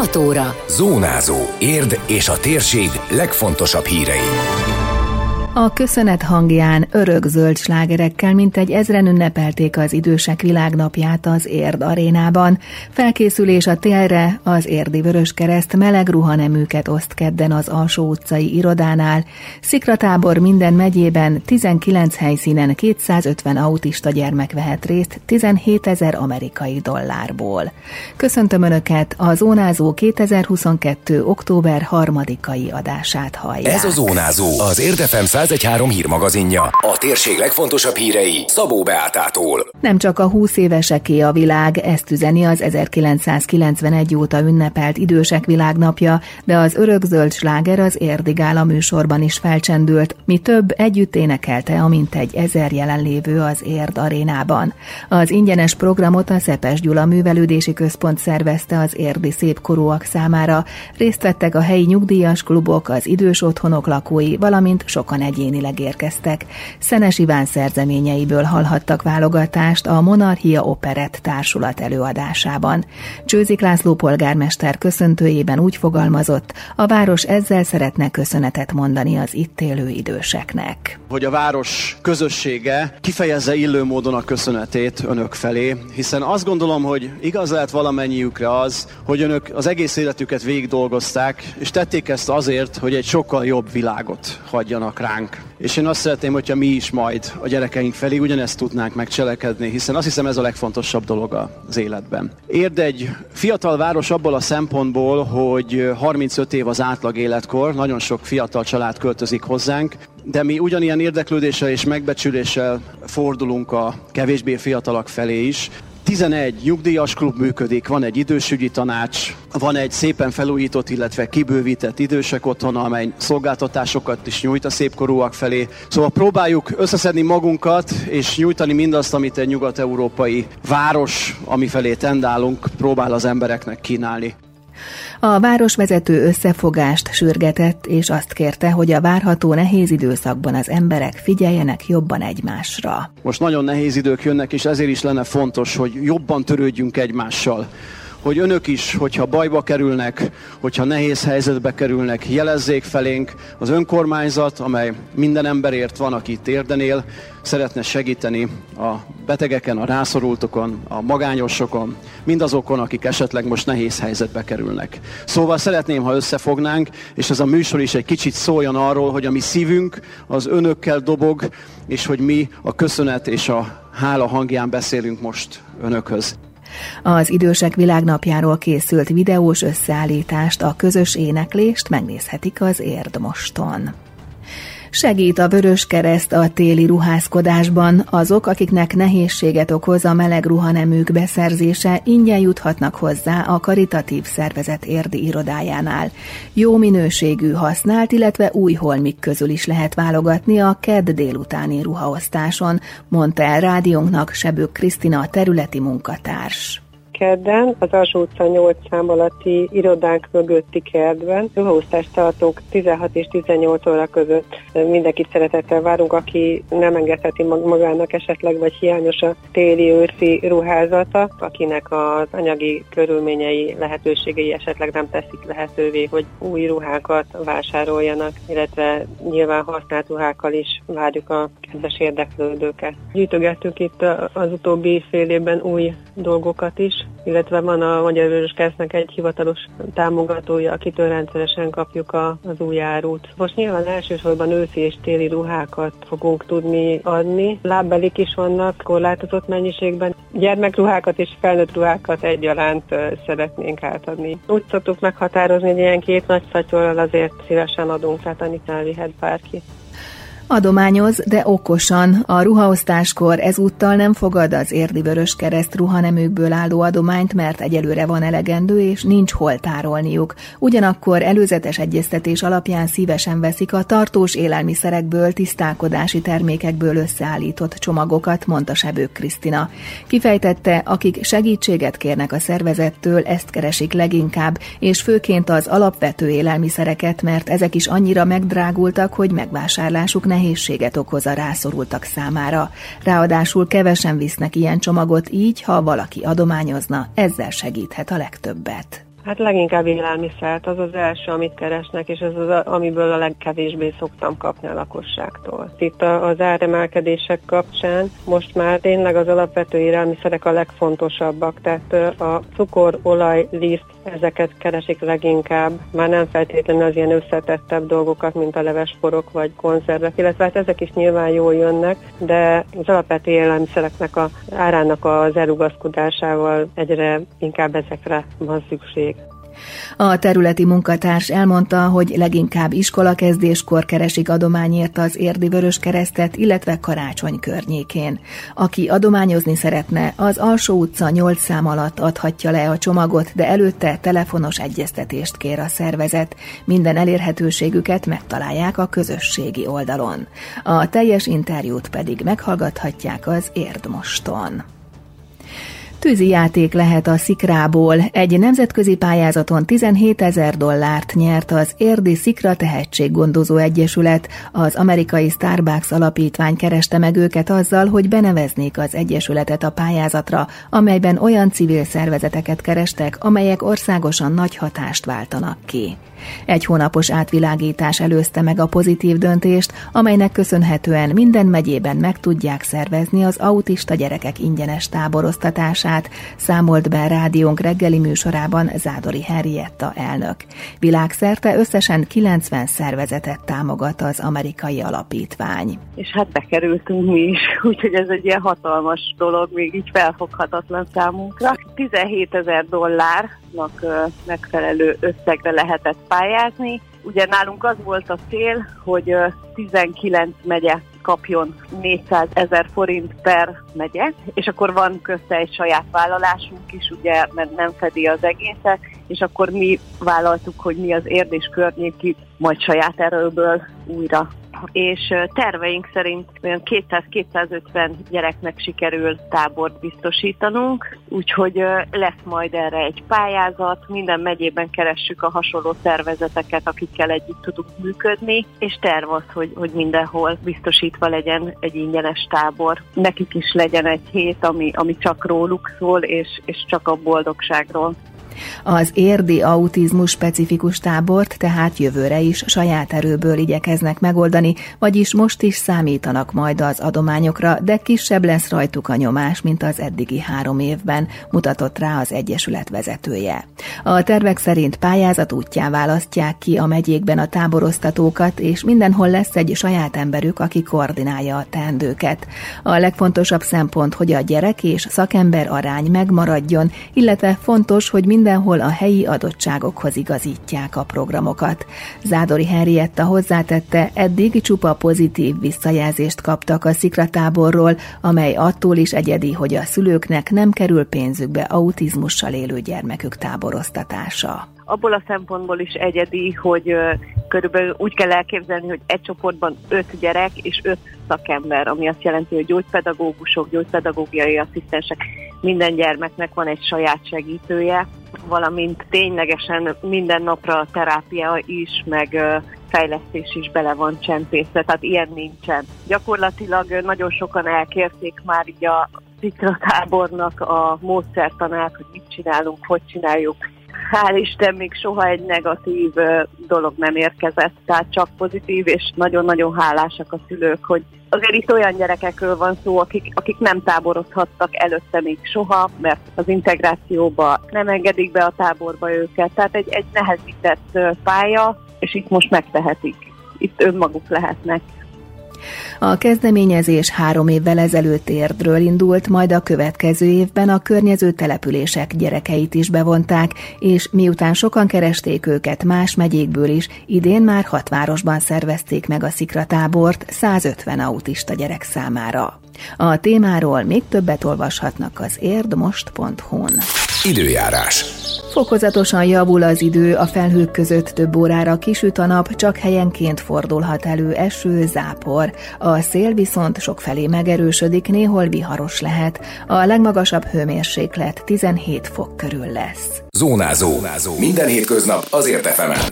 6 óra. Zónázó. Érd és a térség legfontosabb hírei. A köszönet hangján örökzöld slágerekkel mintegy 1000-en ünnepelték az Idősek Világnapját az Érd arénában. Felkészülés a télre, az érdi Vöröskereszt meleg ruhaneműket oszt kedden az Alsó utcai irodánál. Szikratábor minden megyében, 19 helyszínen 250 autista gyermek vehet részt 17 000 amerikai dollárból. Köszöntöm Önöket, a Zónázó 2022. október 3-ai adását hallják. Ez a Zónázó, az Érd FM 101.3 hírmagazinja. A térség legfontosabb hírei Szabó Beátától. Nem csak a 20 éveseké a világ, ezt üzeni az 1991 óta ünnepelt Idősek Világnapja, de az örökzöld sláger az Érdi Gála műsorban is felcsendült, mi több együtt énekelte a mintegy 1000 jelenlévő az Érd arénában. Az ingyenes programot a Szepes Gyula Művelődési Központ szervezte az érdi szépkorúak számára. Részt vettek a helyi nyugdíjas klubok, az idős otthonok lakói, valamint sokan egyénileg érkeztek. Szenes Iván szerzeményeiből hallhattak válogatást a Monarchia Operett Társulat előadásában. Csőzik László polgármester köszöntőjében úgy fogalmazott, a város ezzel szeretne köszönetet mondani az itt élő időseknek. Hogy a város közössége kifejezze illő módon a köszönetét önök felé, hiszen azt gondolom, hogy igaz lehet valamennyiükre az, hogy önök az egész életüket végig dolgozták, és tették ezt azért, hogy egy sokkal jobb világot hagyjanak ránk. És én azt szeretném, hogyha mi is majd a gyerekeink felé ugyanezt tudnánk megcselekedni, hiszen azt hiszem ez a legfontosabb dolog az életben. Érd egy fiatal város abból a szempontból, hogy 35 év az átlag életkor, nagyon sok fiatal család költözik hozzánk, de mi ugyanilyen érdeklődéssel és megbecsüléssel fordulunk a kevésbé fiatalak felé is. 11 nyugdíjas klub működik, van egy idősügyi tanács, van egy szépen felújított, illetve kibővített idősek otthona, amely szolgáltatásokat is nyújt a szépkorúak felé. Szóval próbáljuk összeszedni magunkat, és nyújtani mindazt, amit egy nyugat-európai város, amifelé tendálunk, próbál az embereknek kínálni. A városvezető összefogást sürgetett, és azt kérte, hogy a várható nehéz időszakban az emberek figyeljenek jobban egymásra. Most nagyon nehéz idők jönnek, és ezért is lenne fontos, hogy jobban törődjünk egymással. Hogy önök is, hogyha bajba kerülnek, hogyha nehéz helyzetbe kerülnek, jelezzék felénk. Az önkormányzat, amely minden emberért van, aki itt Érden él, szeretne segíteni a betegeken, a rászorultokon, a magányosokon, mindazokon, akik esetleg most nehéz helyzetbe kerülnek. Szóval szeretném, ha összefognánk, és ez a műsor is egy kicsit szóljon arról, hogy a mi szívünk az önökkel dobog, és hogy mi a köszönet és a hála hangján beszélünk most önökhöz. Az Idősek Világnapjáról készült videós összeállítást, a közös éneklést megnézhetik az Érd Moston. Segít a Vöröskereszt a téli ruházkodásban. Azok, akiknek nehézséget okoz a meleg ruhaneműk beszerzése, ingyen juthatnak hozzá a karitatív szervezet érdi irodájánál. Jó minőségű, használt, illetve új holmik közül is lehet válogatni a kedd délutáni ruhaosztáson, mondta el rádiónknak Sebők Krisztina, területi munkatárs. Kedden, az Alsó utca 8 szám alatti irodánk mögötti kertben ruhaosztást tartunk 16 és 18 óra között. Mindenkit szeretettel várunk, aki nem engedheti magának esetleg, vagy hiányos a téli-őszi ruházata, akinek az anyagi körülményei, lehetőségei esetleg nem teszik lehetővé, hogy új ruhákat vásároljanak, illetve nyilván használt ruhákkal is várjuk a kedves érdeklődőket. Gyűjtögettünk itt az utóbbi fél évben új dolgokat is, illetve van a Magyar Vöröskeresztnek egy hivatalos támogatója, akitől rendszeresen kapjuk az új árut. Most nyilván elsősorban őszi és téli ruhákat fogunk tudni adni. Lábbelik is vannak korlátozott mennyiségben. Gyermekruhákat és felnőtt ruhákat egyaránt szeretnénk átadni. Úgy szoktuk meghatározni, hogy ilyen 2 nagy szatyorral azért szívesen adunk, tehát annyit elvihet bárki. Adományoz, de okosan. A ruhaosztáskor ezúttal nem fogad az érdi Vöröskereszt ruhaneműkből álló adományt, mert egyelőre van elegendő, és nincs hol tárolniuk. Ugyanakkor előzetes egyeztetés alapján szívesen veszik a tartós élelmiszerekből, tisztálkodási termékekből összeállított csomagokat, mondta Sebők Krisztina. Kifejtette, akik segítséget kérnek a szervezettől, ezt keresik leginkább, és főként az alapvető élelmiszereket, mert ezek is annyira megdrágultak, hogy megvásárlásuk nehézséget okoz a rászorultak számára. Ráadásul kevesen visznek ilyen csomagot, így, ha valaki adományozna, ezzel segíthet a legtöbbet. Hát leginkább élelmiszert, az az első, amit keresnek, és ez az, amiből a legkevésbé szoktam kapni a lakosságtól. Itt az áremelkedések kapcsán most már tényleg az alapvető élelmiszerek a legfontosabbak, tehát a cukor, olaj, liszt, ezeket keresik leginkább, már nem feltétlenül az ilyen összetettebb dolgokat, mint a levesporok vagy konzervek, illetve hát ezek is nyilván jól jönnek, de az alapvető élelmiszereknek a árának az elrugaszkodásával egyre inkább ezekre van szükség. A területi munkatárs elmondta, hogy leginkább iskolakezdéskor keresik adományért az Érdi Vöröskeresztet, illetve Karácsony környékén. Aki adományozni szeretne, az Alsó utca 8 szám alatt adhatja le a csomagot, de előtte telefonos egyeztetést kér a szervezet. Minden elérhetőségüket megtalálják a közösségi oldalon. A teljes interjút pedig meghallgathatják az Érdmoston. Tűzi játék lehet a szikrából. Egy nemzetközi pályázaton $17,000 nyert az Érdi Szikra Tehetséggondozó Egyesület. Az amerikai Starbucks alapítvány kereste meg őket azzal, hogy beneveznék az egyesületet a pályázatra, amelyben olyan civil szervezeteket kerestek, amelyek országosan nagy hatást váltanak ki. 1 hónapos átvilágítás előzte meg a pozitív döntést, amelynek köszönhetően minden megyében meg tudják szervezni az autista gyerekek ingyenes táboroztatását, számolt be rádiónk reggeli műsorában Zádori Henrietta elnök. Világszerte összesen 90 szervezetet támogat az amerikai alapítvány. És hát bekerültünk mi is, úgyhogy ez egy ilyen hatalmas dolog, még így felfoghatatlan számunkra. $17,000 megfelelő összegre lehetett pályázni. Ugye nálunk az volt a cél, hogy 19 megye kapjon 400,000 forint per megye, és akkor van közte egy saját vállalásunk is, ugye, mert nem fedi az egészet, és akkor mi vállaltuk, hogy mi az Érd és környéki, majd saját erőből újra. És terveink szerint olyan 200-250 gyereknek sikerül tábort biztosítanunk, úgyhogy lesz majd erre egy pályázat, minden megyében keressük a hasonló szervezeteket, akikkel együtt tudunk működni, és terv az, hogy mindenhol biztosítva legyen egy ingyenes tábor. Nekik is legyen egy hét, ami csak róluk szól, és csak a boldogságról. Az érdi autizmus specifikus tábort tehát jövőre is saját erőből igyekeznek megoldani, vagyis most is számítanak majd az adományokra, de kisebb lesz rajtuk a nyomás, mint az eddigi 3 évben, mutatott rá az egyesület vezetője. A tervek szerint pályázat útján választják ki a megyékben a táboroztatókat, és mindenhol lesz egy saját emberük, aki koordinálja a teendőket. A legfontosabb szempont, hogy a gyerek és szakember arány megmaradjon, illetve fontos, hogy mindenhol a helyi adottságokhoz igazítják a programokat. Zádori Henrietta hozzátette, eddig csupa pozitív visszajelzést kaptak a szikratáborról, amely attól is egyedi, hogy a szülőknek nem kerül pénzükbe autizmussal élő gyermekük táboroztatása. Abból a szempontból is egyedi, hogy körülbelül úgy kell elképzelni, hogy egy csoportban 5 gyerek és 5 szakember, ami azt jelenti, hogy gyógypedagógusok, gyógypedagógiai asszisztensek, minden gyermeknek van egy saját segítője, valamint ténylegesen minden napra a terápia is, meg fejlesztés is bele van csempészve, tehát ilyen nincsen. Gyakorlatilag nagyon sokan elkérték már így a szikratábornak a módszertanát, hogy mit csinálunk, hogy csináljuk. Hál' Isten, még soha egy negatív dolog nem érkezett, tehát csak pozitív, és nagyon-nagyon hálásak a szülők, hogy azért itt olyan gyerekekről van szó, akik nem táborozhattak előtte még soha, mert az integrációba nem engedik be a táborba őket, tehát egy nehezített pálya, és itt most megtehetik. Itt önmaguk lehetnek. A kezdeményezés 3 évvel ezelőtt Érdről indult, majd a következő évben a környező települések gyerekeit is bevonták, és miután sokan keresték őket más megyékből is, idén már 6 városban szervezték meg a szikratábort 150 autista gyerek számára. A témáról még többet olvashatnak az érdmost.hu-n. Időjárás. Fokozatosan javul az idő, a felhők között több órára kisüt a nap, csak helyenként fordulhat elő eső, zápor. A szél viszont sokfelé megerősödik, néhol viharos lehet. A legmagasabb hőmérséklet 17 fok körül lesz. Zónázó. Minden hétköznap azért FM-en.